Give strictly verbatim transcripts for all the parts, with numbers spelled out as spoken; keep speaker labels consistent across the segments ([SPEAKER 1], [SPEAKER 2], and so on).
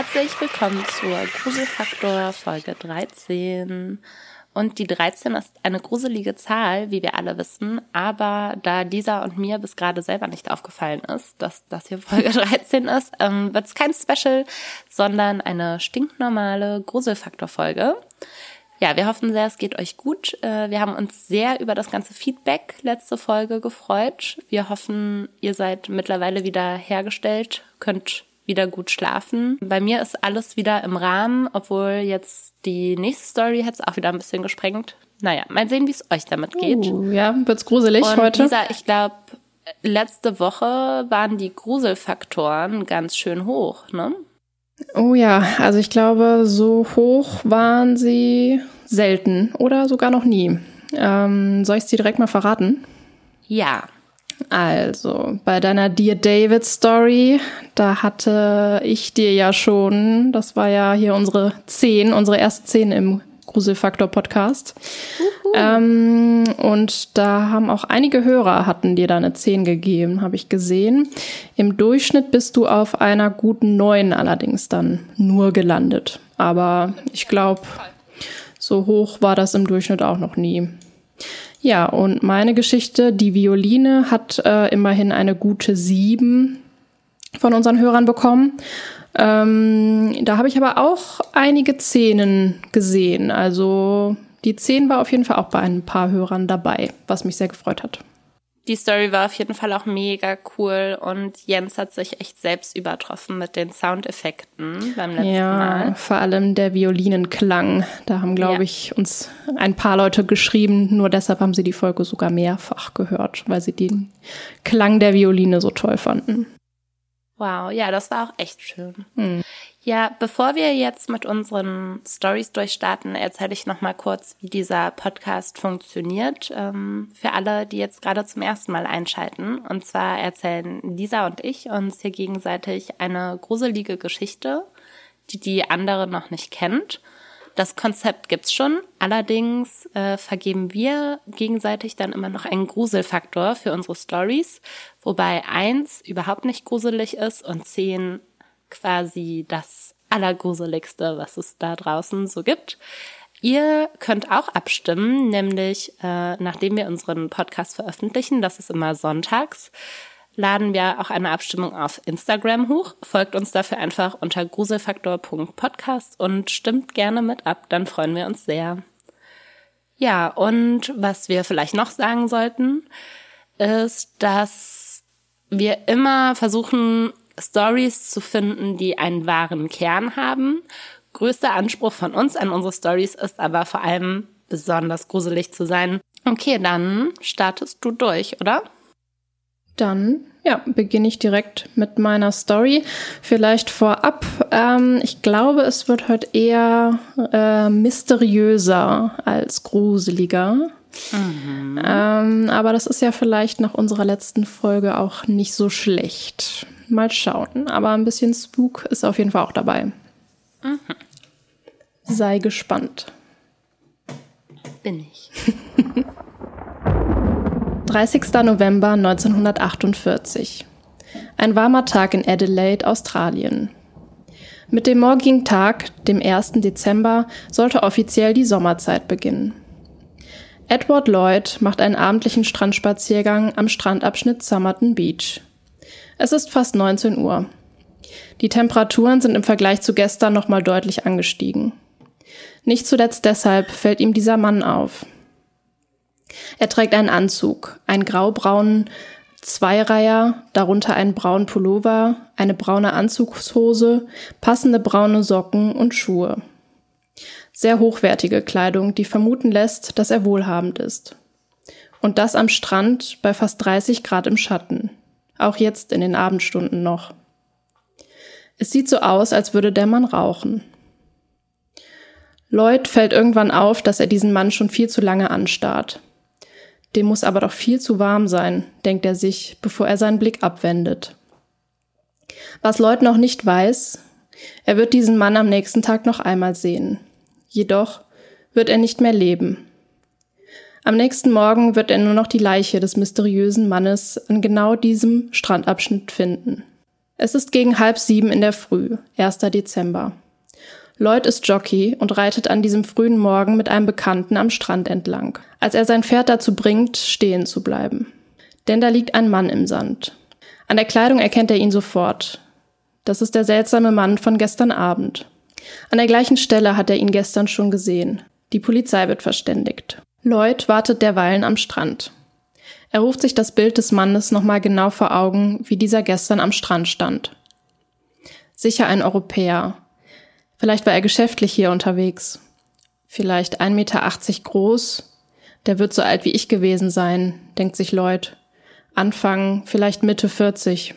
[SPEAKER 1] Herzlich willkommen zur Gruselfaktor Folge dreizehn. Und die dreizehn ist eine gruselige Zahl, wie wir alle wissen, aber da Lisa und mir bis gerade selber nicht aufgefallen ist, dass das hier Folge dreizehn ist, ähm, wird es kein Special, sondern eine stinknormale Gruselfaktor-Folge. Ja, wir hoffen sehr, es geht euch gut. Äh, wir haben uns sehr über das ganze Feedback letzte Folge gefreut. Wir hoffen, ihr seid mittlerweile wieder hergestellt, könnt wieder gut schlafen. Bei mir ist alles wieder im Rahmen, obwohl jetzt die nächste Story hat es auch wieder ein bisschen gesprengt. Naja, mal sehen, wie es euch damit geht.
[SPEAKER 2] Uh, ja, wird's gruselig
[SPEAKER 1] und
[SPEAKER 2] heute.
[SPEAKER 1] Lisa, ich glaube, letzte Woche waren die Gruselfaktoren ganz schön hoch, ne?
[SPEAKER 2] Oh ja, also ich glaube, so hoch waren sie selten oder sogar noch nie. Ähm, soll ich es dir direkt mal verraten?
[SPEAKER 1] Ja.
[SPEAKER 2] Also, bei deiner Dear David Story, da hatte ich dir ja schon, das war ja hier unsere zehn, unsere erste zehn im Gruselfaktor Podcast. Ähm, und da haben auch einige Hörer, hatten dir da eine zehn gegeben, habe ich gesehen. Im Durchschnitt bist du auf einer guten neun allerdings dann nur gelandet. Aber ich glaube, so hoch war das im Durchschnitt auch noch nie. Ja, und meine Geschichte, die Violine, hat äh, immerhin eine gute sieben von unseren Hörern bekommen. Ähm, da habe ich aber auch einige Zehnen gesehen. Also die zehn war auf jeden Fall auch bei ein paar Hörern dabei, was mich sehr gefreut hat.
[SPEAKER 1] Die Story war auf jeden Fall auch mega cool und Jens hat sich echt selbst übertroffen mit den Soundeffekten beim letzten
[SPEAKER 2] ja,
[SPEAKER 1] Mal.
[SPEAKER 2] Ja, vor allem der Violinenklang. Da haben, glaube
[SPEAKER 1] ja.
[SPEAKER 2] ich, uns ein paar Leute geschrieben. Nur deshalb haben sie die Folge sogar mehrfach gehört, weil sie den Klang der Violine so toll fanden.
[SPEAKER 1] Wow, ja, das war auch echt schön.
[SPEAKER 2] Hm.
[SPEAKER 1] Ja, bevor wir jetzt mit unseren Stories durchstarten, erzähle ich noch mal kurz, wie dieser Podcast funktioniert, ähm, für alle, die jetzt gerade zum ersten Mal einschalten. Und zwar erzählen Lisa und ich uns hier gegenseitig eine gruselige Geschichte, die die andere noch nicht kennt. Das Konzept gibt's schon, allerdings äh, vergeben wir gegenseitig dann immer noch einen Gruselfaktor für unsere Stories, wobei eins überhaupt nicht gruselig ist und zehn quasi das Allergruseligste, was es da draußen so gibt. Ihr könnt auch abstimmen, nämlich äh, nachdem wir unseren Podcast veröffentlichen, das ist immer sonntags, laden wir auch eine Abstimmung auf Instagram hoch. Folgt uns dafür einfach unter gruselfaktor punkt podcast und stimmt gerne mit ab, dann freuen wir uns sehr. Ja, und was wir vielleicht noch sagen sollten, ist, dass wir immer versuchen, Stories zu finden, die einen wahren Kern haben. Größter Anspruch von uns an unsere Stories ist aber vor allem besonders gruselig zu sein. Okay, dann startest du durch, oder?
[SPEAKER 2] Dann, ja, beginne ich direkt mit meiner Story. Vielleicht vorab, ähm, ich glaube, es wird heute eher äh, mysteriöser als gruseliger. Mhm. Ähm, aber das ist ja vielleicht nach unserer letzten Folge auch nicht so schlecht. Mal schauen. Aber ein bisschen Spook ist auf jeden Fall auch dabei. Mhm. Sei gespannt.
[SPEAKER 1] Bin ich.
[SPEAKER 2] dreißigster November neunzehnhundertachtundvierzig. Ein warmer Tag in Adelaide, Australien. Mit dem morgigen Tag, dem ersten Dezember, sollte offiziell die Sommerzeit beginnen. Edward Lloyd macht einen abendlichen Strandspaziergang am Strandabschnitt Somerton Beach. Es ist fast neunzehn Uhr. Die Temperaturen sind im Vergleich zu gestern nochmal deutlich angestiegen. Nicht zuletzt deshalb fällt ihm dieser Mann auf. Er trägt einen Anzug, einen graubraunen Zweireiher, darunter einen braunen Pullover, eine braune Anzugshose, passende braune Socken und Schuhe. Sehr hochwertige Kleidung, die vermuten lässt, dass er wohlhabend ist. Und das am Strand bei fast dreißig Grad im Schatten. Auch jetzt in den Abendstunden noch. Es sieht so aus, als würde der Mann rauchen. Lloyd fällt irgendwann auf, dass er diesen Mann schon viel zu lange anstarrt. Dem muss aber doch viel zu warm sein, denkt er sich, bevor er seinen Blick abwendet. Was Lloyd noch nicht weiß, er wird diesen Mann am nächsten Tag noch einmal sehen. Jedoch wird er nicht mehr leben. Am nächsten Morgen wird er nur noch die Leiche des mysteriösen Mannes an genau diesem Strandabschnitt finden. Es ist gegen halb sieben in der Früh, erster Dezember. Lloyd ist Jockey und reitet an diesem frühen Morgen mit einem Bekannten am Strand entlang, als er sein Pferd dazu bringt, stehen zu bleiben. Denn da liegt ein Mann im Sand. An der Kleidung erkennt er ihn sofort. Das ist der seltsame Mann von gestern Abend. An der gleichen Stelle hat er ihn gestern schon gesehen. Die Polizei wird verständigt. Lloyd wartet derweilen am Strand. Er ruft sich das Bild des Mannes nochmal genau vor Augen, wie dieser gestern am Strand stand. Sicher ein Europäer. Vielleicht war er geschäftlich hier unterwegs. Vielleicht ein Meter achtzig groß. Der wird so alt wie ich gewesen sein, denkt sich Lloyd. Anfang, vielleicht Mitte vierzig.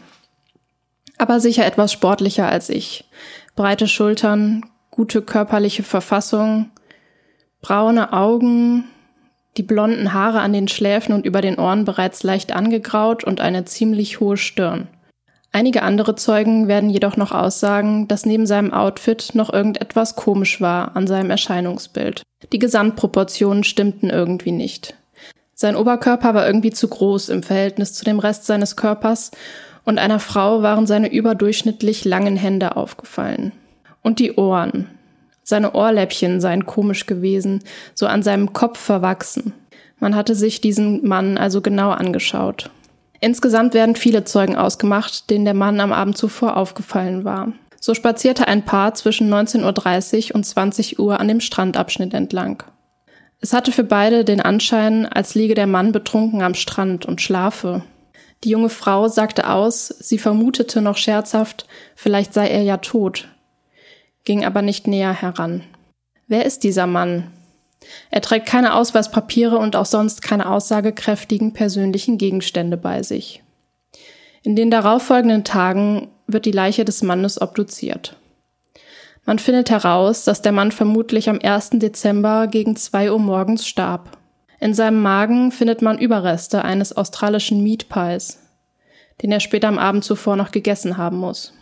[SPEAKER 2] Aber sicher etwas sportlicher als ich. Breite Schultern, gute körperliche Verfassung, braune Augen, die blonden Haare an den Schläfen und über den Ohren bereits leicht angegraut und eine ziemlich hohe Stirn. Einige andere Zeugen werden jedoch noch aussagen, dass neben seinem Outfit noch irgendetwas komisch war an seinem Erscheinungsbild. Die Gesamtproportionen stimmten irgendwie nicht. Sein Oberkörper war irgendwie zu groß im Verhältnis zu dem Rest seines Körpers und einer Frau waren seine überdurchschnittlich langen Hände aufgefallen. Und die Ohren. Seine Ohrläppchen seien komisch gewesen, so an seinem Kopf verwachsen. Man hatte sich diesen Mann also genau angeschaut. Insgesamt werden viele Zeugen ausgemacht, denen der Mann am Abend zuvor aufgefallen war. So spazierte ein Paar zwischen neunzehn Uhr dreißig und zwanzig Uhr an dem Strandabschnitt entlang. Es hatte für beide den Anschein, als liege der Mann betrunken am Strand und schlafe. Die junge Frau sagte aus, sie vermutete noch scherzhaft, vielleicht sei er ja tot, ging aber nicht näher heran. Wer ist dieser Mann? Er trägt keine Ausweispapiere und auch sonst keine aussagekräftigen persönlichen Gegenstände bei sich. In den darauffolgenden Tagen wird die Leiche des Mannes obduziert. Man findet heraus, dass der Mann vermutlich am ersten Dezember gegen zwei Uhr morgens starb. In seinem Magen findet man Überreste eines australischen Meat Pies, den er später am Abend zuvor noch gegessen haben muss.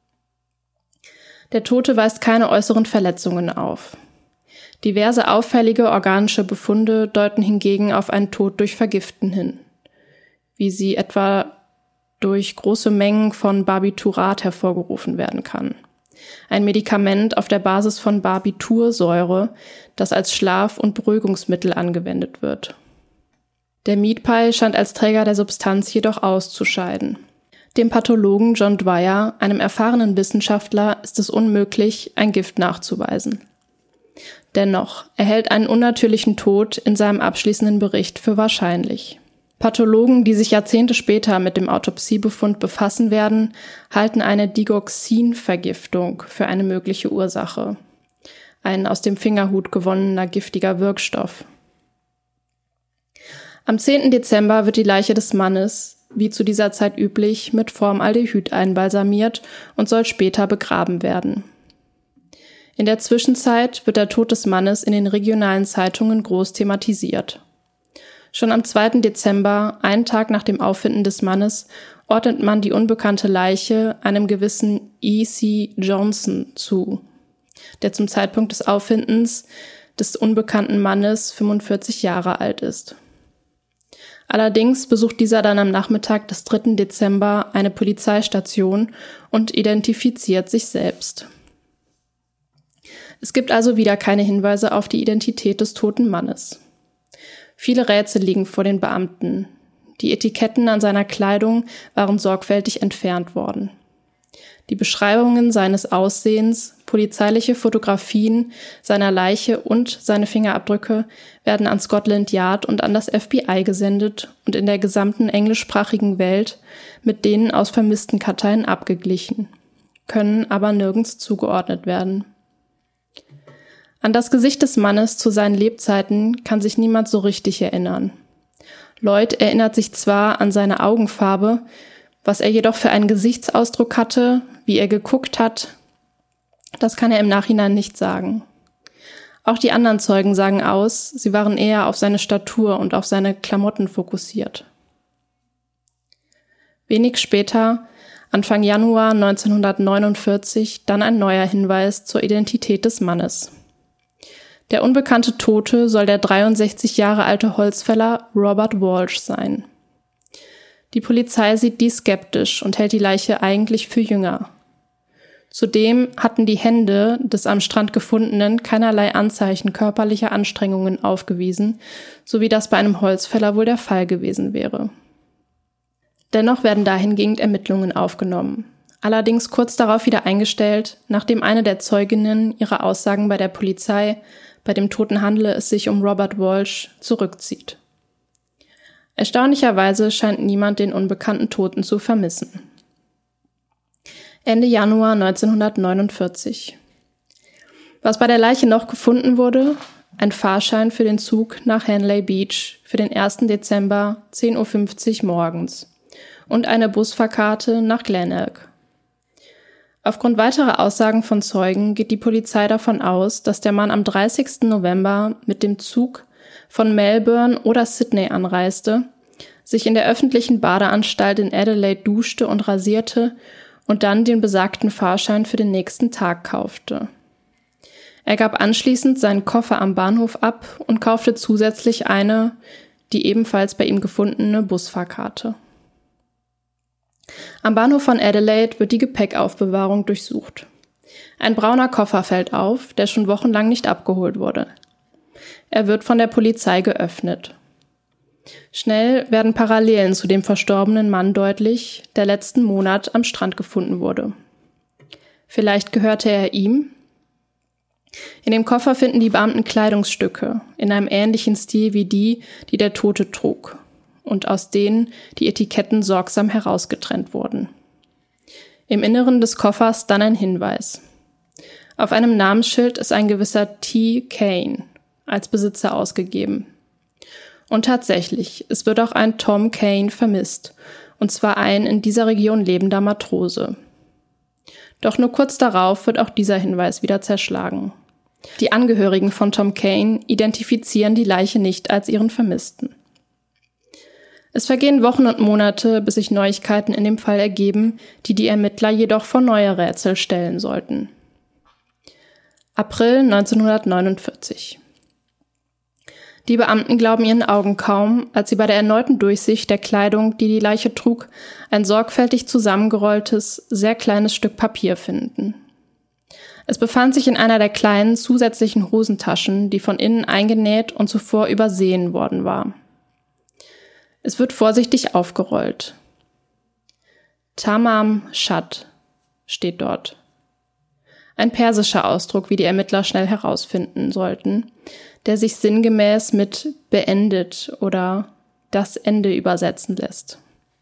[SPEAKER 2] Der Tote weist keine äußeren Verletzungen auf. Diverse auffällige organische Befunde deuten hingegen auf einen Tod durch Vergiften hin, wie sie etwa durch große Mengen von Barbiturat hervorgerufen werden kann. Ein Medikament auf der Basis von Barbitursäure, das als Schlaf- und Beruhigungsmittel angewendet wird. Der Meat Pie scheint als Träger der Substanz jedoch auszuscheiden. Dem Pathologen John Dwyer, einem erfahrenen Wissenschaftler, ist es unmöglich, ein Gift nachzuweisen. Dennoch, er hält einen unnatürlichen Tod in seinem abschließenden Bericht für wahrscheinlich. Pathologen, die sich Jahrzehnte später mit dem Autopsiebefund befassen werden, halten eine Digoxin-Vergiftung für eine mögliche Ursache. Ein aus dem Fingerhut gewonnener giftiger Wirkstoff. Am zehnten Dezember wird die Leiche des Mannes, wie zu dieser Zeit üblich, mit Formaldehyd einbalsamiert und soll später begraben werden. In der Zwischenzeit wird der Tod des Mannes in den regionalen Zeitungen groß thematisiert. Schon am zweiten Dezember, einen Tag nach dem Auffinden des Mannes, ordnet man die unbekannte Leiche einem gewissen E C Johnson zu, der zum Zeitpunkt des Auffindens des unbekannten Mannes fünfundvierzig Jahre alt ist. Allerdings besucht dieser dann am Nachmittag des dritten Dezember eine Polizeistation und identifiziert sich selbst. Es gibt also wieder keine Hinweise auf die Identität des toten Mannes. Viele Rätsel liegen vor den Beamten. Die Etiketten an seiner Kleidung waren sorgfältig entfernt worden. Die Beschreibungen seines Aussehens, polizeiliche Fotografien seiner Leiche und seine Fingerabdrücke werden an Scotland Yard und an das F B I gesendet und in der gesamten englischsprachigen Welt mit denen aus vermissten Karteien abgeglichen, können aber nirgends zugeordnet werden. An das Gesicht des Mannes zu seinen Lebzeiten kann sich niemand so richtig erinnern. Lloyd erinnert sich zwar an seine Augenfarbe, was er jedoch für einen Gesichtsausdruck hatte, wie er geguckt hat, das kann er im Nachhinein nicht sagen. Auch die anderen Zeugen sagen aus, sie waren eher auf seine Statur und auf seine Klamotten fokussiert. Wenig später, Anfang Januar neunzehnhundertneunundvierzig, dann ein neuer Hinweis zur Identität des Mannes. Der unbekannte Tote soll der dreiundsechzig Jahre alte Holzfäller Robert Walsh sein. Die Polizei sieht dies skeptisch und hält die Leiche eigentlich für jünger. Zudem hatten die Hände des am Strand gefundenen keinerlei Anzeichen körperlicher Anstrengungen aufgewiesen, so wie das bei einem Holzfäller wohl der Fall gewesen wäre. Dennoch werden dahingehend Ermittlungen aufgenommen, allerdings kurz darauf wieder eingestellt, nachdem eine der Zeuginnen ihre Aussagen bei der Polizei, bei dem Toten handele es sich um Robert Walsh, zurückzieht. Erstaunlicherweise scheint niemand den unbekannten Toten zu vermissen. Ende Januar neunzehnhundertneunundvierzig. Was bei der Leiche noch gefunden wurde? Ein Fahrschein für den Zug nach Henley Beach für den ersten Dezember, zehn Uhr fünfzig morgens und eine Busfahrkarte nach Glenelg. Aufgrund weiterer Aussagen von Zeugen geht die Polizei davon aus, dass der Mann am dreißigsten November mit dem Zug von Melbourne oder Sydney anreiste, sich in der öffentlichen Badeanstalt in Adelaide duschte und rasierte und dann den besagten Fahrschein für den nächsten Tag kaufte. Er gab anschließend seinen Koffer am Bahnhof ab und kaufte zusätzlich eine, die ebenfalls bei ihm gefundene Busfahrkarte. Am Bahnhof von Adelaide wird die Gepäckaufbewahrung durchsucht. Ein brauner Koffer fällt auf, der schon wochenlang nicht abgeholt wurde. Er wird von der Polizei geöffnet. Schnell werden Parallelen zu dem verstorbenen Mann deutlich, der letzten Monat am Strand gefunden wurde. Vielleicht gehörte er ihm? In dem Koffer finden die Beamten Kleidungsstücke in einem ähnlichen Stil wie die, die der Tote trug, und aus denen die Etiketten sorgsam herausgetrennt wurden. Im Inneren des Koffers dann ein Hinweis. Auf einem Namensschild ist ein gewisser T. Kane als Besitzer ausgegeben. Und tatsächlich, es wird auch ein Tom Kane vermisst, und zwar ein in dieser Region lebender Matrose. Doch nur kurz darauf wird auch dieser Hinweis wieder zerschlagen. Die Angehörigen von Tom Kane identifizieren die Leiche nicht als ihren Vermissten. Es vergehen Wochen und Monate, bis sich Neuigkeiten in dem Fall ergeben, die die Ermittler jedoch vor neue Rätsel stellen sollten. April neunzehnhundertneunundvierzig. Die Beamten glauben ihren Augen kaum, als sie bei der erneuten Durchsicht der Kleidung, die die Leiche trug, ein sorgfältig zusammengerolltes, sehr kleines Stück Papier finden. Es befand sich in einer der kleinen zusätzlichen Hosentaschen, die von innen eingenäht und zuvor übersehen worden war. Es wird vorsichtig aufgerollt. Tamam Shad steht dort. Ein persischer Ausdruck, wie die Ermittler schnell herausfinden sollten, der sich sinngemäß mit beendet oder das Ende übersetzen lässt.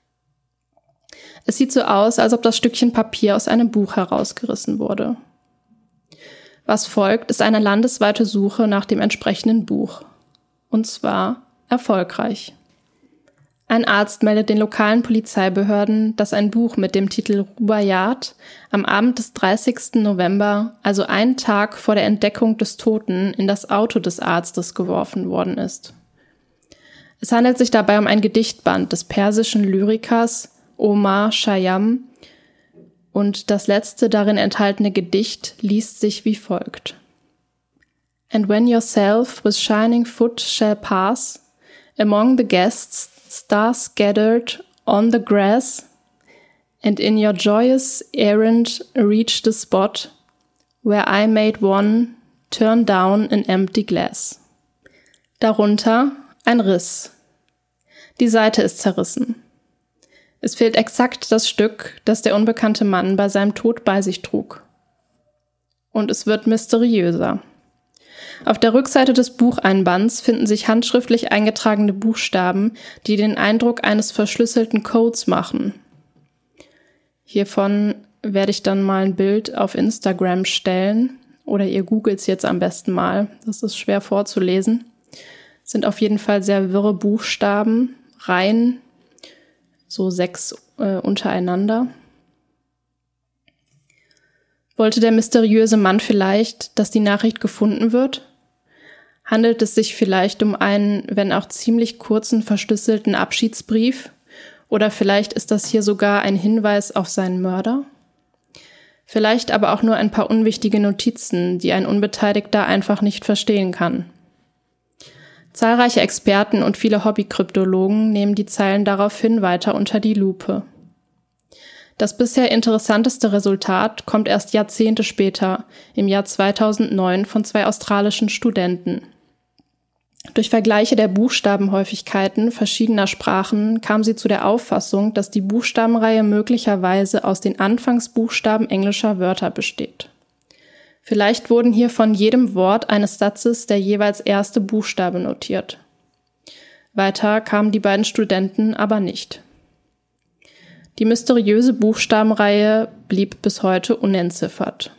[SPEAKER 2] Es sieht so aus, als ob das Stückchen Papier aus einem Buch herausgerissen wurde. Was folgt, ist eine landesweite Suche nach dem entsprechenden Buch. Und zwar erfolgreich. Ein Arzt meldet den lokalen Polizeibehörden, dass ein Buch mit dem Titel Rubaiyat am Abend des dreißigsten November, also einen Tag vor der Entdeckung des Toten, in das Auto des Arztes geworfen worden ist. Es handelt sich dabei um ein Gedichtband des persischen Lyrikers Omar Khayyam und das letzte darin enthaltene Gedicht liest sich wie folgt. And when yourself with shining foot shall pass among the guests stars scattered on the grass, and in your joyous errand reach the spot where I made one turn down an empty glass. Darunter ein Riss. Die Seite ist zerrissen. Es fehlt exakt das Stück, das der unbekannte Mann bei seinem Tod bei sich trug. Und es wird mysteriöser. Auf der Rückseite des Bucheinbands finden sich handschriftlich eingetragene Buchstaben, die den Eindruck eines verschlüsselten Codes machen. Hiervon werde ich dann mal ein Bild auf Instagram stellen oder ihr googelt es jetzt am besten mal. Das ist schwer vorzulesen. Es sind auf jeden Fall sehr wirre Buchstaben, Reihen, so sechs äh, untereinander. Wollte der mysteriöse Mann vielleicht, dass die Nachricht gefunden wird? Handelt es sich vielleicht um einen, wenn auch ziemlich kurzen, verschlüsselten Abschiedsbrief? Oder vielleicht ist das hier sogar ein Hinweis auf seinen Mörder? Vielleicht aber auch nur ein paar unwichtige Notizen, die ein Unbeteiligter einfach nicht verstehen kann. Zahlreiche Experten und viele Hobby-Kryptologen nehmen die Zeilen daraufhin weiter unter die Lupe. Das bisher interessanteste Resultat kommt erst Jahrzehnte später, im Jahr zweitausendneun, von zwei australischen Studenten. Durch Vergleiche der Buchstabenhäufigkeiten verschiedener Sprachen kam sie zu der Auffassung, dass die Buchstabenreihe möglicherweise aus den Anfangsbuchstaben englischer Wörter besteht. Vielleicht wurden hier von jedem Wort eines Satzes der jeweils erste Buchstabe notiert. Weiter kamen die beiden Studenten aber nicht. Die mysteriöse Buchstabenreihe blieb bis heute unentziffert.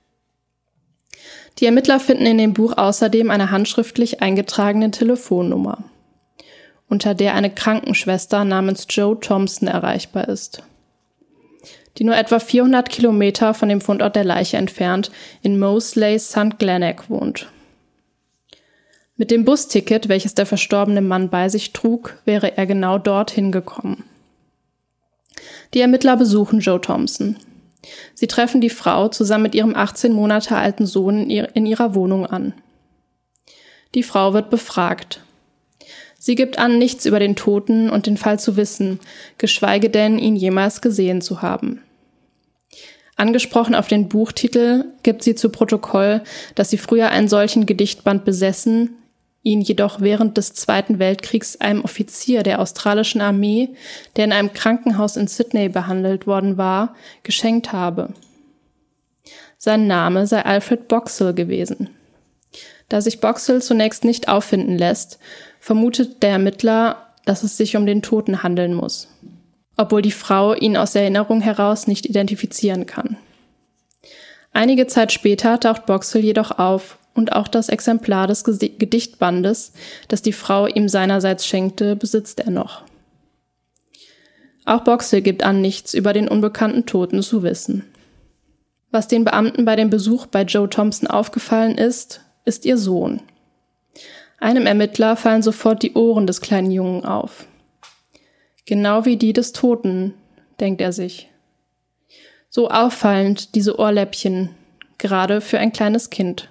[SPEAKER 2] Die Ermittler finden in dem Buch außerdem eine handschriftlich eingetragene Telefonnummer, unter der eine Krankenschwester namens Joe Thompson erreichbar ist, die nur etwa vierhundert Kilometer von dem Fundort der Leiche entfernt in Moseley Sankt Glenelg wohnt. Mit dem Busticket, welches der verstorbene Mann bei sich trug, wäre er genau dorthin gekommen. Die Ermittler besuchen Joe Thompson. Sie treffen die Frau zusammen mit ihrem achtzehn Monate alten Sohn in ihrer Wohnung an. Die Frau wird befragt. Sie gibt an, nichts über den Toten und den Fall zu wissen, geschweige denn, ihn jemals gesehen zu haben. Angesprochen auf den Buchtitel gibt sie zu Protokoll, dass sie früher einen solchen Gedichtband besessen, ihn jedoch während des Zweiten Weltkriegs einem Offizier der australischen Armee, der in einem Krankenhaus in Sydney behandelt worden war, geschenkt habe. Sein Name sei Alfred Boxall gewesen. Da sich Boxall zunächst nicht auffinden lässt, vermutet der Ermittler, dass es sich um den Toten handeln muss, obwohl die Frau ihn aus der Erinnerung heraus nicht identifizieren kann. Einige Zeit später taucht Boxall jedoch auf und auch das Exemplar des Gedichtbandes, das die Frau ihm seinerseits schenkte, besitzt er noch. Auch Boxall gibt an, nichts über den unbekannten Toten zu wissen. Was den Beamten bei dem Besuch bei Joe Thompson aufgefallen ist, ist ihr Sohn. Einem Ermittler fallen sofort die Ohren des kleinen Jungen auf. Genau wie die des Toten, denkt er sich. So auffallend diese Ohrläppchen, gerade für ein kleines Kind.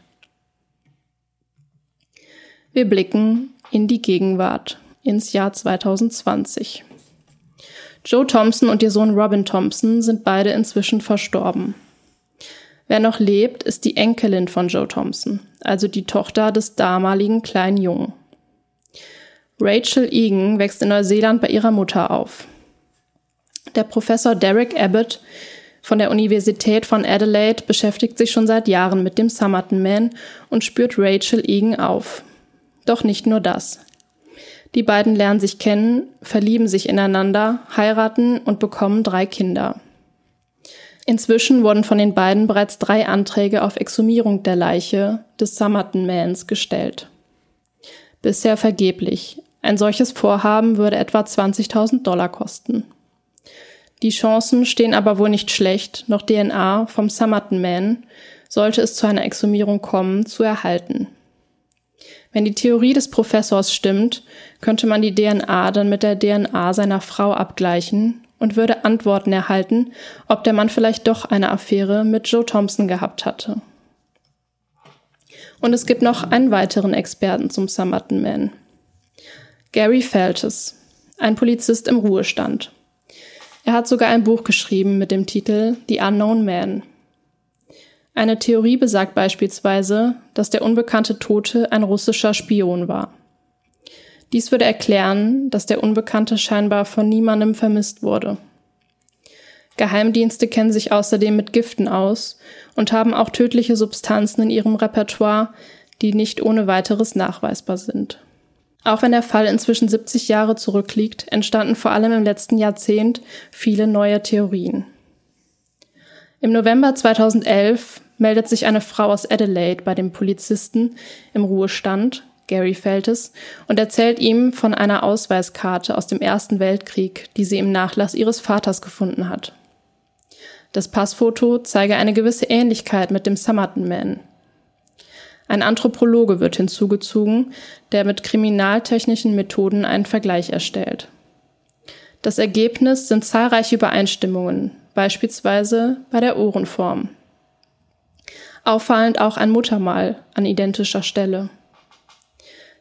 [SPEAKER 2] Wir blicken in die Gegenwart, ins Jahr zweitausendzwanzig. Joe Thompson und ihr Sohn Robin Thompson sind beide inzwischen verstorben. Wer noch lebt, ist die Enkelin von Joe Thompson, also die Tochter des damaligen kleinen Jungen. Rachel Egan wächst in Neuseeland bei ihrer Mutter auf. Der Professor Derek Abbott von der Universität von Adelaide beschäftigt sich schon seit Jahren mit dem Somerton Man und spürt Rachel Egan auf. Doch nicht nur das. Die beiden lernen sich kennen, verlieben sich ineinander, heiraten und bekommen drei Kinder. Inzwischen wurden von den beiden bereits drei Anträge auf Exhumierung der Leiche des Somerton Mans gestellt. Bisher vergeblich. Ein solches Vorhaben würde etwa zwanzigtausend Dollar kosten. Die Chancen stehen aber wohl nicht schlecht, noch D N A vom Somerton Man, sollte es zu einer Exhumierung kommen, zu erhalten. Wenn die Theorie des Professors stimmt, könnte man die D N A dann mit der D N A seiner Frau abgleichen und würde Antworten erhalten, ob der Mann vielleicht doch eine Affäre mit Joe Thompson gehabt hatte. Und es gibt noch einen weiteren Experten zum Somerton Man. Gary Feltes, ein Polizist im Ruhestand. Er hat sogar ein Buch geschrieben mit dem Titel The Unknown Man. Eine Theorie besagt beispielsweise, dass der unbekannte Tote ein russischer Spion war. Dies würde erklären, dass der Unbekannte scheinbar von niemandem vermisst wurde. Geheimdienste kennen sich außerdem mit Giften aus und haben auch tödliche Substanzen in ihrem Repertoire, die nicht ohne weiteres nachweisbar sind. Auch wenn der Fall inzwischen siebzig Jahre zurückliegt, entstanden vor allem im letzten Jahrzehnt viele neue Theorien. Im November zweitausendelf meldet sich eine Frau aus Adelaide bei dem Polizisten im Ruhestand, Gary Feltes, und erzählt ihm von einer Ausweiskarte aus dem Ersten Weltkrieg, die sie im Nachlass ihres Vaters gefunden hat. Das Passfoto zeige eine gewisse Ähnlichkeit mit dem Somerton Man. Ein Anthropologe wird hinzugezogen, der mit kriminaltechnischen Methoden einen Vergleich erstellt. Das Ergebnis sind zahlreiche Übereinstimmungen, beispielsweise bei der Ohrenform. Auffallend auch ein Muttermal an identischer Stelle.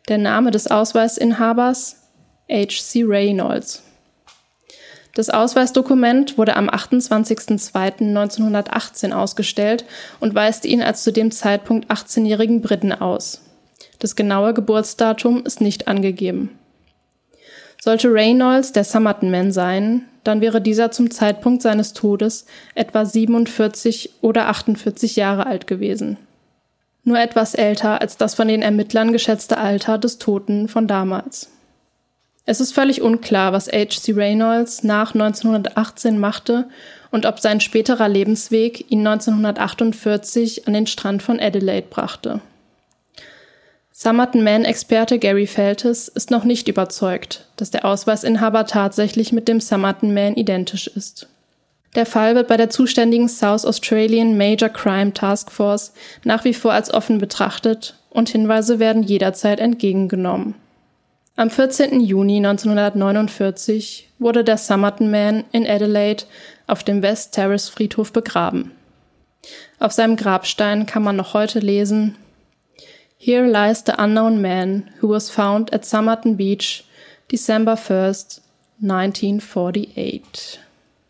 [SPEAKER 2] Der Name des Ausweisinhabers H C Reynolds. Das Ausweisdokument wurde am achtundzwanzigsten zweiten neunzehnhundertachtzehn ausgestellt und weist ihn als zu dem Zeitpunkt achtzehnjährigen Briten aus. Das genaue Geburtsdatum ist nicht angegeben. Sollte Reynolds der Somerton Man sein, dann wäre dieser zum Zeitpunkt seines Todes etwa siebenundvierzig oder achtundvierzig Jahre alt gewesen. Nur etwas älter als das von den Ermittlern geschätzte Alter des Toten von damals. Es ist völlig unklar, was H C Reynolds nach neunzehnhundertachtzehn machte und ob sein späterer Lebensweg ihn neunzehnhundertachtundvierzig an den Strand von Adelaide brachte. Somerton Man-Experte Gary Feltes ist noch nicht überzeugt, dass der Ausweisinhaber tatsächlich mit dem Somerton Man identisch ist. Der Fall wird bei der zuständigen South Australian Major Crime Task Force nach wie vor als offen betrachtet und Hinweise werden jederzeit entgegengenommen. Am vierzehnten Juni neunzehnhundertneunundvierzig wurde der Somerton Man in Adelaide auf dem West Terrace Friedhof begraben. Auf seinem Grabstein kann man noch heute lesen: Here lies the unknown man who was found at Somerton Beach, December first, nineteen forty-eight.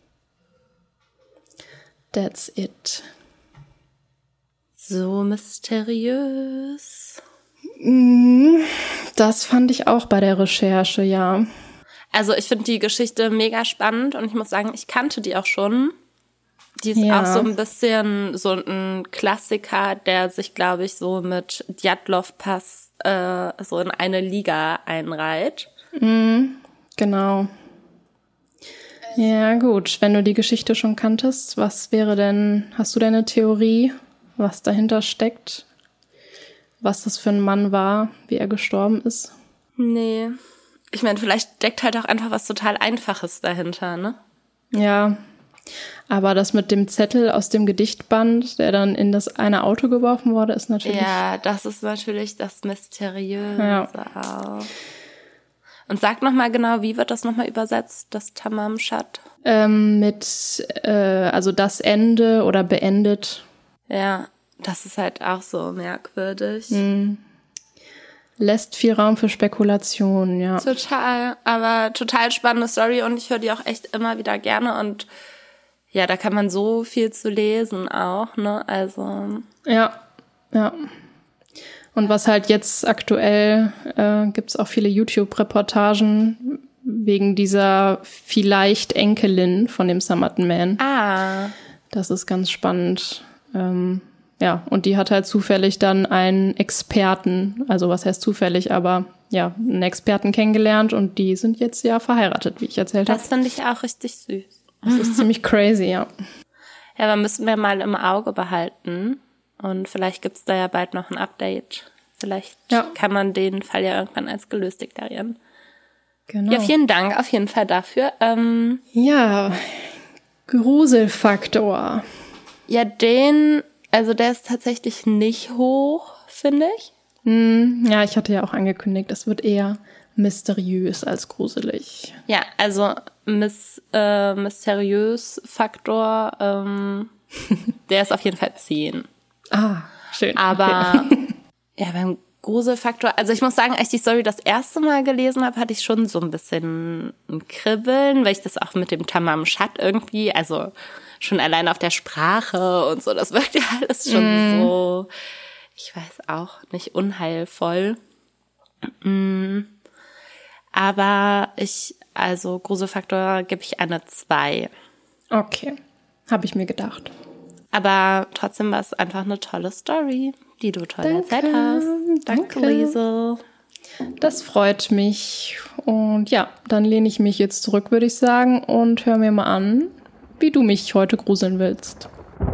[SPEAKER 2] That's it.
[SPEAKER 1] So mysteriös.
[SPEAKER 2] Das fand ich auch bei der Recherche, ja.
[SPEAKER 1] Also ich finde die Geschichte mega spannend und ich muss sagen, ich kannte die auch schon. Die ist
[SPEAKER 2] ja.
[SPEAKER 1] auch so ein bisschen so ein Klassiker, der sich, glaube ich, so mit Djatlov Pass äh, so in eine Liga einreiht.
[SPEAKER 2] Mhm, genau. Ja gut, wenn du die Geschichte schon kanntest, was wäre denn, hast du denn eine Theorie, was dahinter steckt? Was das für ein Mann war, wie er gestorben ist?
[SPEAKER 1] Nee. Ich meine, vielleicht steckt halt auch einfach was total Einfaches dahinter, ne?
[SPEAKER 2] Ja, aber das mit dem Zettel aus dem Gedichtband, der dann in das eine Auto geworfen wurde, ist natürlich...
[SPEAKER 1] Ja, das ist natürlich das Mysteriöse
[SPEAKER 2] ja.
[SPEAKER 1] auch. Und sag nochmal genau, wie wird das nochmal übersetzt, das Tamam Shad?
[SPEAKER 2] Ähm, mit, äh, also das Ende oder beendet.
[SPEAKER 1] Ja, das ist halt auch so merkwürdig.
[SPEAKER 2] Mhm. Lässt viel Raum für Spekulation, ja.
[SPEAKER 1] Total, aber total spannende Story und ich höre die auch echt immer wieder gerne und ja, da kann man so viel zu lesen auch, ne, also.
[SPEAKER 2] Ja, ja. Und was halt jetzt aktuell, äh, gibt's auch viele YouTube-Reportagen wegen dieser vielleicht Enkelin von dem Somerton Man.
[SPEAKER 1] Ah.
[SPEAKER 2] Das ist ganz spannend. Ähm, ja, und die hat halt zufällig dann einen Experten, also was heißt zufällig, aber ja, einen Experten kennengelernt und die sind jetzt ja verheiratet, wie ich erzählt habe.
[SPEAKER 1] Das finde ich auch richtig süß.
[SPEAKER 2] Das ist ziemlich crazy, ja.
[SPEAKER 1] Ja, aber müssen wir mal im Auge behalten und vielleicht gibt's da ja bald noch ein Update. Vielleicht
[SPEAKER 2] ja.
[SPEAKER 1] kann man den Fall ja irgendwann als gelöst deklarieren.
[SPEAKER 2] Genau.
[SPEAKER 1] Ja, vielen Dank auf jeden Fall dafür. Ähm,
[SPEAKER 2] ja, Gruselfaktor.
[SPEAKER 1] Ja, den, also der ist tatsächlich nicht hoch, finde ich.
[SPEAKER 2] Hm, ja, ich hatte ja auch angekündigt, es wird eher mysteriös als gruselig.
[SPEAKER 1] Ja, also mis, äh, mysteriös Faktor, ähm, der ist auf jeden Fall zehn.
[SPEAKER 2] Ah, schön.
[SPEAKER 1] Aber
[SPEAKER 2] okay.
[SPEAKER 1] ja, beim Gruselfaktor, also ich muss sagen, als ich die Story das erste Mal gelesen habe, hatte ich schon so ein bisschen ein Kribbeln, weil ich das auch mit dem Tamam Shad irgendwie, also schon allein auf der Sprache und so, das wirkt ja alles schon mm. so, ich weiß auch, nicht unheilvoll. Mm. Aber ich, also Gruselfaktor gebe ich eine zwei.
[SPEAKER 2] Okay, habe ich mir gedacht.
[SPEAKER 1] Aber trotzdem war es einfach eine tolle Story, die du toll
[SPEAKER 2] Danke,
[SPEAKER 1] erzählt hast. Danke,
[SPEAKER 2] danke.
[SPEAKER 1] Liesel.
[SPEAKER 2] Das freut mich. Und ja, dann lehne ich mich jetzt zurück, würde ich sagen, und hör mir mal an, wie du mich heute gruseln willst.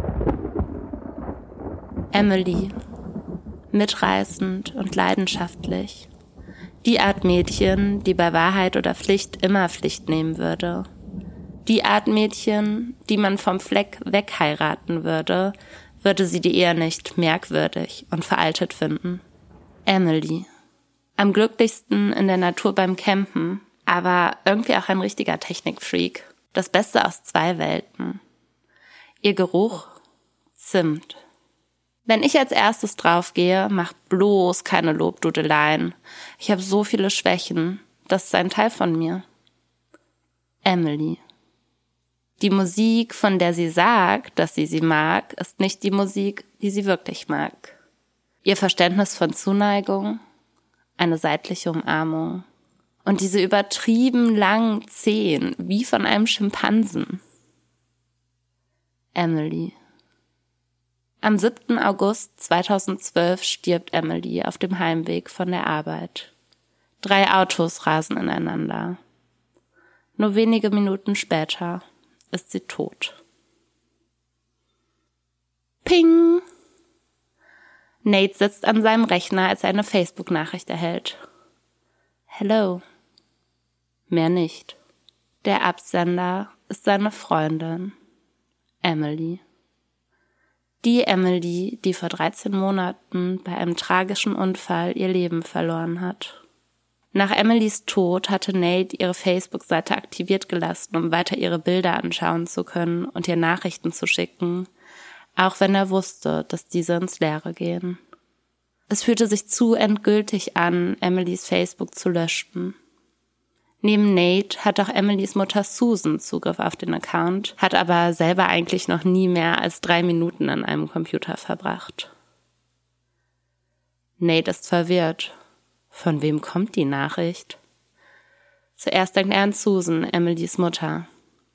[SPEAKER 1] Emily. Mitreißend und leidenschaftlich. Die Art Mädchen, die bei Wahrheit oder Pflicht immer Pflicht nehmen würde. Die Art Mädchen, die man vom Fleck weg heiraten würde, würde sie die Ehe nicht merkwürdig und veraltet finden. Emily. Am glücklichsten in der Natur beim Campen, aber irgendwie auch ein richtiger Technikfreak. Das Beste aus zwei Welten. Ihr Geruch? Zimt. Wenn ich als erstes draufgehe, mach bloß keine Lobdudeleien. Ich habe so viele Schwächen. Das ist ein Teil von mir. Emily. Die Musik, von der sie sagt, dass sie sie mag, ist nicht die Musik, die sie wirklich mag. Ihr Verständnis von Zuneigung, eine seitliche Umarmung und diese übertrieben langen Zehen, wie von einem Schimpansen. Emily. Am siebten August zweitausendzwölf stirbt Emily auf dem Heimweg von der Arbeit. Drei Autos rasen ineinander. Nur wenige Minuten später ist sie tot. Ping! Nate sitzt an seinem Rechner, als er eine Facebook-Nachricht erhält. Hello. Mehr nicht. Der Absender ist seine Freundin, Emily. Die Emily, die vor dreizehn Monaten bei einem tragischen Unfall ihr Leben verloren hat. Nach Emilys Tod hatte Nate ihre Facebook-Seite aktiviert gelassen, um weiter ihre Bilder anschauen zu können und ihr Nachrichten zu schicken, auch wenn er wusste, dass diese ins Leere gehen. Es fühlte sich zu endgültig an, Emilys Facebook zu löschen. Neben Nate hat auch Emilys Mutter Susan Zugriff auf den Account, hat aber selber eigentlich noch nie mehr als drei Minuten an einem Computer verbracht. Nate ist verwirrt. Von wem kommt die Nachricht? Zuerst denkt er an Susan, Emilys Mutter.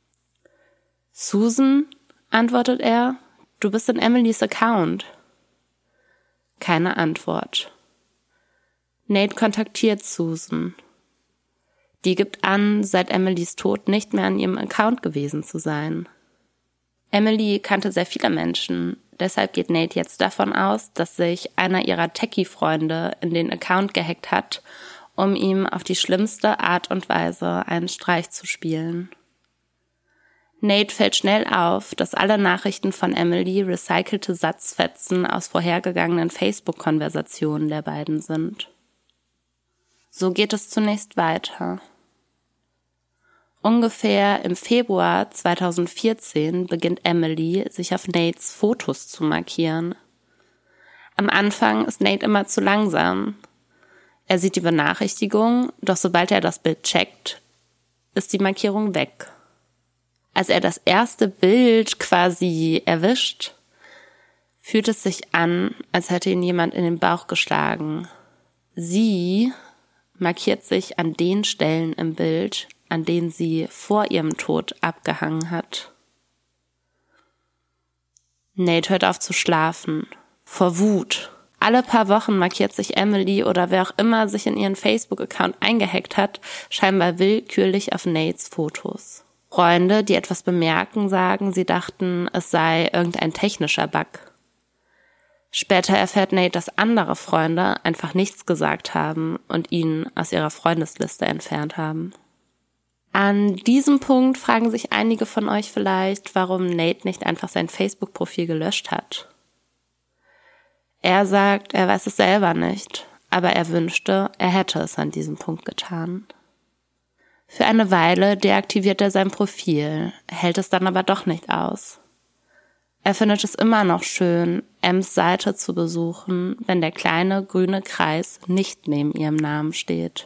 [SPEAKER 1] Susan, antwortet er, du bist in Emilys Account. Keine Antwort. Nate kontaktiert Susan. Die gibt an, seit Emilys Tod nicht mehr an ihrem Account gewesen zu sein. Emily kannte sehr viele Menschen, deshalb geht Nate jetzt davon aus, dass sich einer ihrer Techie-Freunde in den Account gehackt hat, um ihm auf die schlimmste Art und Weise einen Streich zu spielen. Nate fällt schnell auf, dass alle Nachrichten von Emily recycelte Satzfetzen aus vorhergegangenen Facebook-Konversationen der beiden sind. So geht es zunächst weiter. Ungefähr im Februar zweitausendvierzehn beginnt Emily, sich auf Nates Fotos zu markieren. Am Anfang ist Nate immer zu langsam. Er sieht die Benachrichtigung, doch sobald er das Bild checkt, ist die Markierung weg. Als er das erste Bild quasi erwischt, fühlt es sich an, als hätte ihn jemand in den Bauch geschlagen. Sie markiert sich an den Stellen im Bild, an denen sie vor ihrem Tod abgehangen hat. Nate hört auf zu schlafen, vor Wut. Alle paar Wochen markiert sich Emily oder wer auch immer sich in ihren Facebook-Account eingehackt hat, scheinbar willkürlich auf Nates Fotos. Freunde, die etwas bemerken, sagen, sie dachten, es sei irgendein technischer Bug. Später erfährt Nate, dass andere Freunde einfach nichts gesagt haben und ihn aus ihrer Freundesliste entfernt haben. An diesem Punkt fragen sich einige von euch vielleicht, warum Nate nicht einfach sein Facebook-Profil gelöscht hat. Er sagt, er weiß es selber nicht, aber er wünschte, er hätte es an diesem Punkt getan. Für eine Weile deaktiviert er sein Profil, hält es dann aber doch nicht aus. Er findet es immer noch schön, Ems Seite zu besuchen, wenn der kleine grüne Kreis nicht neben ihrem Namen steht.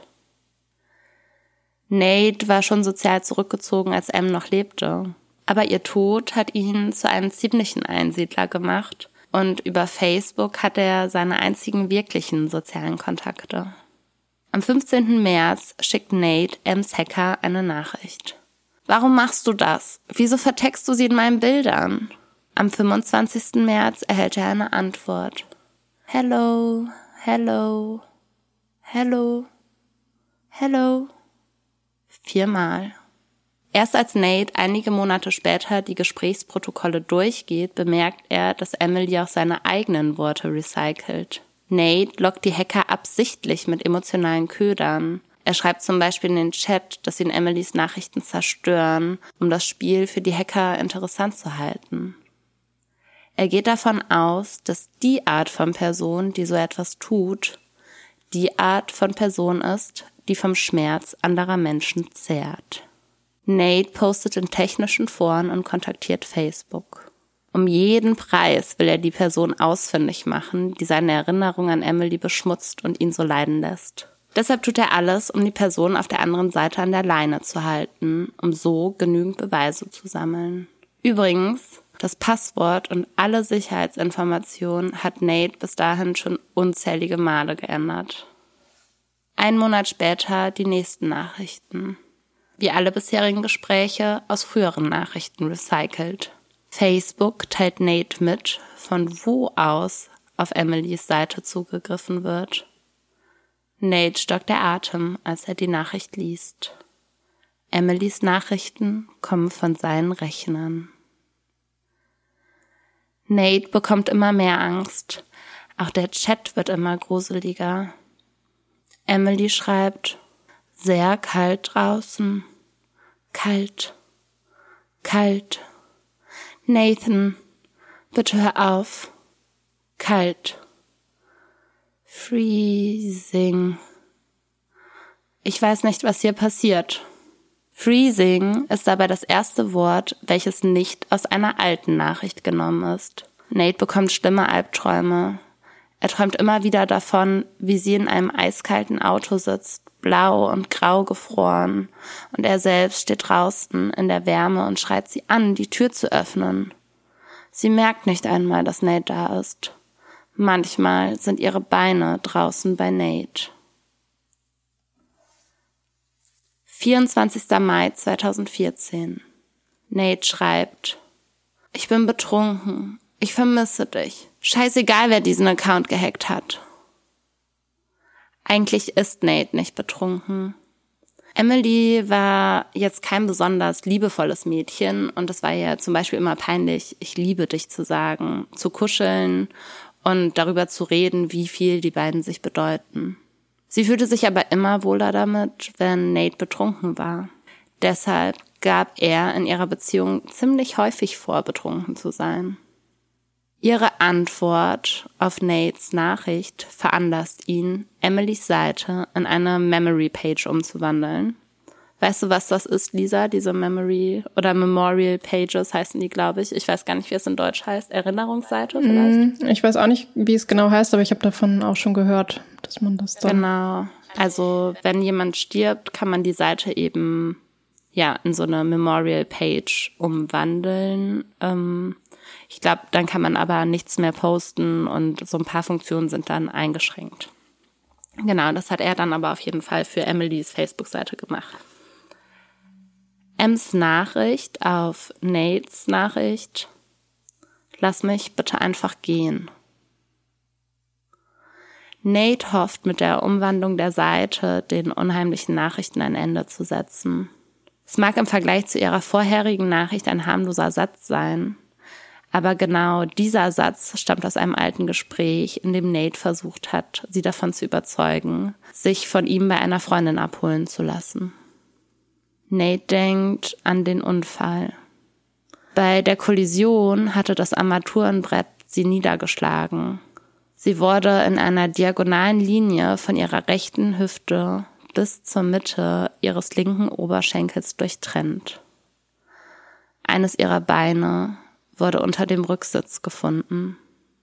[SPEAKER 1] Nate war schon sozial zurückgezogen, als Em noch lebte. Aber ihr Tod hat ihn zu einem ziemlichen Einsiedler gemacht und über Facebook hat er seine einzigen wirklichen sozialen Kontakte. Am fünfzehnten März schickt Nate Ems Hacker eine Nachricht. Warum machst du das? Wieso vertext du sie in meinen Bildern? Am fünfundzwanzigsten März erhält er eine Antwort. Hello, hello, hello, hello. Viermal. Erst als Nate einige Monate später die Gesprächsprotokolle durchgeht, bemerkt er, dass Emily auch seine eigenen Worte recycelt. Nate lockt die Hacker absichtlich mit emotionalen Ködern. Er schreibt zum Beispiel in den Chat, dass ihn Emilys Nachrichten zerstören, um das Spiel für die Hacker interessant zu halten. Er geht davon aus, dass die Art von Person, die so etwas tut, die Art von Person ist, die vom Schmerz anderer Menschen zehrt. Nate postet in technischen Foren und kontaktiert Facebook. Um jeden Preis will er die Person ausfindig machen, die seine Erinnerung an Emily beschmutzt und ihn so leiden lässt. Deshalb tut er alles, um die Person auf der anderen Seite an der Leine zu halten, um so genügend Beweise zu sammeln. Übrigens, das Passwort und alle Sicherheitsinformationen hat Nate bis dahin schon unzählige Male geändert. Einen Monat später die nächsten Nachrichten. Wie alle bisherigen Gespräche aus früheren Nachrichten recycelt. Facebook teilt Nate mit, von wo aus auf Emilys Seite zugegriffen wird. Nate stockt der Atem, als er die Nachricht liest. Emilys Nachrichten kommen von seinen Rechnern. Nate bekommt immer mehr Angst. Auch der Chat wird immer gruseliger. Emily schreibt, sehr kalt draußen. Kalt. Kalt. Nathan, bitte hör auf. Kalt. Freezing. Ich weiß nicht, was hier passiert. Freezing ist dabei das erste Wort, welches nicht aus einer alten Nachricht genommen ist. Nate bekommt schlimme Albträume. Er träumt immer wieder davon, wie sie in einem eiskalten Auto sitzt, blau und grau gefroren, und er selbst steht draußen in der Wärme und schreit sie an, die Tür zu öffnen. Sie merkt nicht einmal, dass Nate da ist. Manchmal sind ihre Beine draußen bei Nate. vierundzwanzigster Mai zweitausendvierzehn. Nate schreibt, ich bin betrunken. Ich vermisse dich. Scheißegal, wer diesen Account gehackt hat. Eigentlich ist Nate nicht betrunken. Emily war jetzt kein besonders liebevolles Mädchen und es war ihr zum Beispiel immer peinlich, ich liebe dich zu sagen, zu kuscheln und darüber zu reden, wie viel die beiden sich bedeuten. Sie fühlte sich aber immer wohler damit, wenn Nate betrunken war. Deshalb gab er in ihrer Beziehung ziemlich häufig vor, betrunken zu sein. Ihre Antwort auf Nates Nachricht veranlasst ihn, Emilys Seite in eine Memory-Page umzuwandeln. Weißt du, was das ist, Lisa? Diese Memory- oder Memorial-Pages heißen die, glaube ich. Ich weiß gar nicht, wie es in Deutsch heißt. Erinnerungsseite vielleicht?
[SPEAKER 2] Ich weiß auch nicht, wie es genau heißt, aber ich habe davon auch schon gehört, dass man das dann...
[SPEAKER 1] Genau. Also wenn jemand stirbt, kann man die Seite eben ja in so eine Memorial-Page umwandeln. Ähm, ich glaube, dann kann man aber nichts mehr posten und so ein paar Funktionen sind dann eingeschränkt. Genau, das hat er dann aber auf jeden Fall für Emilys Facebook-Seite gemacht. Ems Nachricht auf Nates Nachricht: Lass mich bitte einfach gehen. Nate hofft, mit der Umwandlung der Seite den unheimlichen Nachrichten ein Ende zu setzen. Es mag im Vergleich zu ihrer vorherigen Nachricht ein harmloser Satz sein, aber genau dieser Satz stammt aus einem alten Gespräch, in dem Nate versucht hat, sie davon zu überzeugen, sich von ihm bei einer Freundin abholen zu lassen. Nate denkt an den Unfall. Bei der Kollision hatte das Armaturenbrett sie niedergeschlagen. Sie wurde in einer diagonalen Linie von ihrer rechten Hüfte bis zur Mitte ihres linken Oberschenkels durchtrennt. Eines ihrer Beine wurde unter dem Rücksitz gefunden.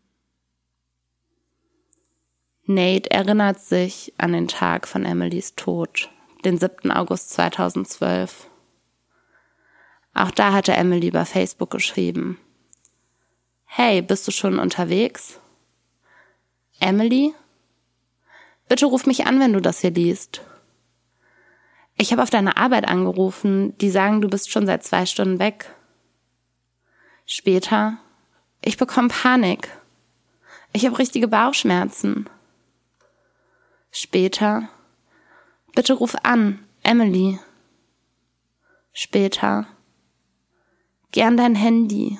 [SPEAKER 1] Nate erinnert sich an den Tag von Emilys Tod, den siebten August zweitausendzwölf. Auch da hatte Emily über Facebook geschrieben: Hey, bist du schon unterwegs? Emily? Bitte ruf mich an, wenn du das hier liest. Ich habe auf deine Arbeit angerufen, die sagen, du bist schon seit zwei Stunden weg. Später: Ich bekomme Panik. Ich habe richtige Bauchschmerzen. Später: Bitte ruf an, Emily. Später: Gern dein Handy.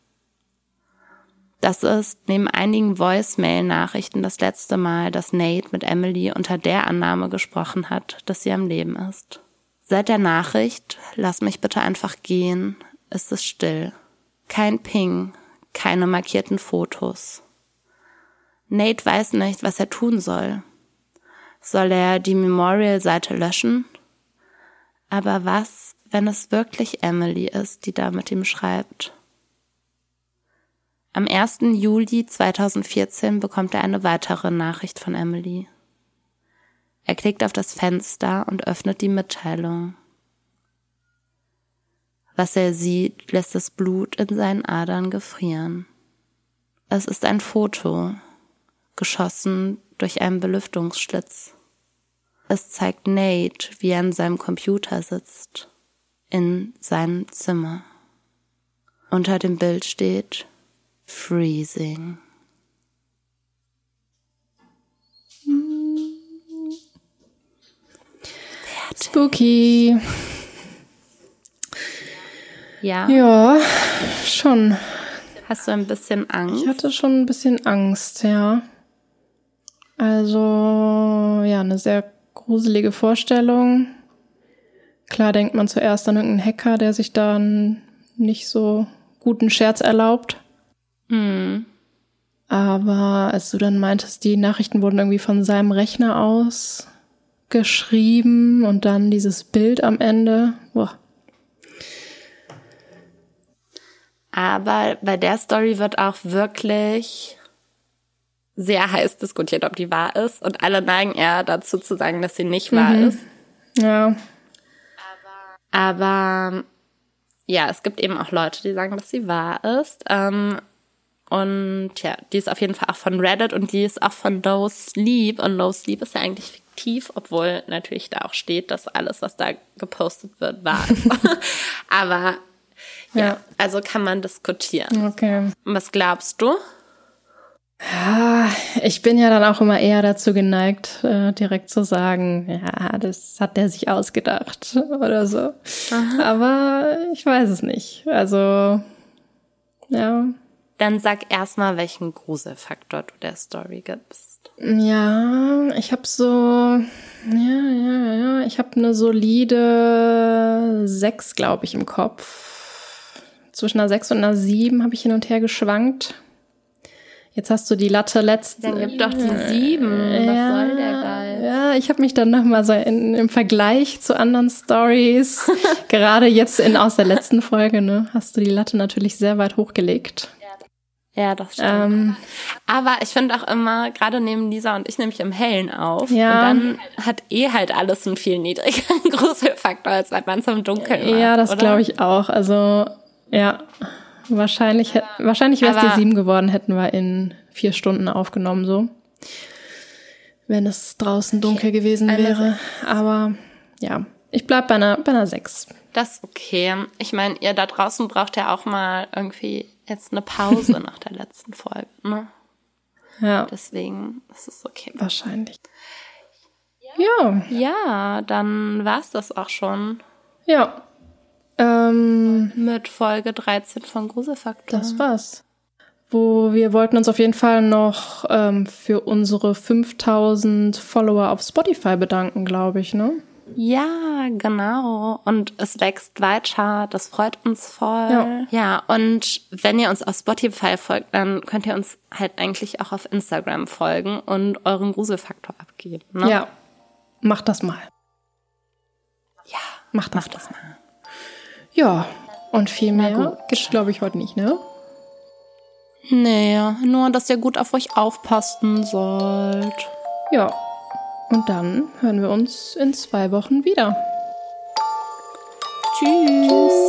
[SPEAKER 1] Das ist neben einigen Voicemail-Nachrichten das letzte Mal, dass Nate mit Emily unter der Annahme gesprochen hat, dass sie am Leben ist. Seit der Nachricht "Lass mich bitte einfach gehen" ist es still. Kein Ping, keine markierten Fotos. Nate weiß nicht, was er tun soll. Soll er die Memorial-Seite löschen? Aber was, wenn es wirklich Emily ist, die da mit ihm schreibt? Am ersten Juli zweitausendvierzehn bekommt er eine weitere Nachricht von Emily. Er klickt auf das Fenster und öffnet die Mitteilung. Was er sieht, lässt das Blut in seinen Adern gefrieren. Es ist ein Foto, geschossen durch einen Belüftungsschlitz. Es zeigt Nate, wie er an seinem Computer sitzt, in seinem Zimmer. Unter dem Bild steht Freezing.
[SPEAKER 2] Spooky.
[SPEAKER 1] Ja?
[SPEAKER 2] Ja, schon.
[SPEAKER 1] Hast du ein bisschen Angst?
[SPEAKER 2] Ich hatte schon ein bisschen Angst, ja. Also, ja, eine sehr gruselige Vorstellung. Klar denkt man zuerst an irgendeinen Hacker, der sich da einen nicht so guten Scherz erlaubt.
[SPEAKER 1] Hm.
[SPEAKER 2] Aber als du dann meintest, die Nachrichten wurden irgendwie von seinem Rechner aus geschrieben und dann dieses Bild am Ende. Boah.
[SPEAKER 1] Aber bei der Story wird auch wirklich sehr heiß diskutiert, ob die wahr ist. Und alle neigen eher dazu zu sagen, dass sie nicht wahr
[SPEAKER 2] Mhm.
[SPEAKER 1] ist.
[SPEAKER 2] Ja.
[SPEAKER 1] Aber ja, es gibt eben auch Leute, die sagen, dass sie wahr ist. Ähm, und ja, die ist auf jeden Fall auch von Reddit und die ist auch von No Sleep. Und No Sleep ist ja eigentlich fiktiv, obwohl natürlich da auch steht, dass alles, was da gepostet wird, wahr ist. Aber ja,
[SPEAKER 2] Ja.
[SPEAKER 1] also kann man diskutieren.
[SPEAKER 2] Okay.
[SPEAKER 1] Und was glaubst du?
[SPEAKER 2] Ja, ich bin ja dann auch immer eher dazu geneigt, äh, direkt zu sagen, ja, das hat der sich ausgedacht oder so.
[SPEAKER 1] Aha.
[SPEAKER 2] Aber ich weiß es nicht. Also, ja.
[SPEAKER 1] Dann sag erstmal, welchen Gruselfaktor du der Story gibst.
[SPEAKER 2] Ja, ich habe so, ja, ja, ja, ich habe eine solide sechs, glaube ich, im Kopf. Zwischen einer sechs und einer sieben habe ich hin und her geschwankt. Jetzt hast du die Latte letzt...
[SPEAKER 1] Dann gib doch die sieben. Was
[SPEAKER 2] ja,
[SPEAKER 1] soll der Geist?
[SPEAKER 2] Ja, ich habe mich dann nochmal so in, im Vergleich zu anderen Stories, gerade jetzt in aus der letzten Folge, ne, hast du die Latte natürlich sehr weit hochgelegt.
[SPEAKER 1] Ja, das stimmt.
[SPEAKER 2] Ähm,
[SPEAKER 1] Aber ich finde auch immer, gerade nehmen Lisa und ich nämlich im Hellen auf.
[SPEAKER 2] Ja.
[SPEAKER 1] Und dann hat eh halt alles einen viel niedrigeren Gruselfaktor, als wenn man es im Dunkeln macht.
[SPEAKER 2] ja, das
[SPEAKER 1] oder?
[SPEAKER 2] glaube ich auch. Also, ja, wahrscheinlich, hätt- wahrscheinlich wäre es die
[SPEAKER 1] Aber-
[SPEAKER 2] sieben geworden, hätten wir in vier Stunden aufgenommen, so. Wenn es draußen dunkel gewesen
[SPEAKER 1] Eine
[SPEAKER 2] wäre. Aber, ja, ich bleib bei einer, bei einer sechs.
[SPEAKER 1] Das ist okay. Ich meine, ihr da draußen braucht ja auch mal irgendwie jetzt eine Pause nach der letzten Folge, ne?
[SPEAKER 2] Ja,
[SPEAKER 1] Deswegen ist es okay.
[SPEAKER 2] wahrscheinlich. Ja,
[SPEAKER 1] Ja, dann war's das auch schon
[SPEAKER 2] ja. Ähm,
[SPEAKER 1] mit Folge dreizehn von Gruselfaktor.
[SPEAKER 2] das war's. Wo wir wollten uns auf jeden Fall noch ähm, für unsere fünftausend Follower auf Spotify bedanken, glaube ich, ne?
[SPEAKER 1] Ja, genau. Und es wächst weiter. Das freut uns voll.
[SPEAKER 2] Ja.
[SPEAKER 1] Ja, und wenn ihr uns auf Spotify folgt, dann könnt ihr uns halt eigentlich auch auf Instagram folgen und euren Gruselfaktor abgeben. Ne?
[SPEAKER 2] Ja, macht das mal.
[SPEAKER 1] Ja,
[SPEAKER 2] Macht das,
[SPEAKER 1] macht das mal.
[SPEAKER 2] Ja, und viel
[SPEAKER 1] Na
[SPEAKER 2] mehr
[SPEAKER 1] gut.
[SPEAKER 2] gibt's, glaube ich, heute nicht, ne?
[SPEAKER 1] Nee, nur, dass ihr gut auf euch aufpassen sollt.
[SPEAKER 2] Ja, und dann hören wir uns in zwei Wochen wieder.
[SPEAKER 1] Tschüss.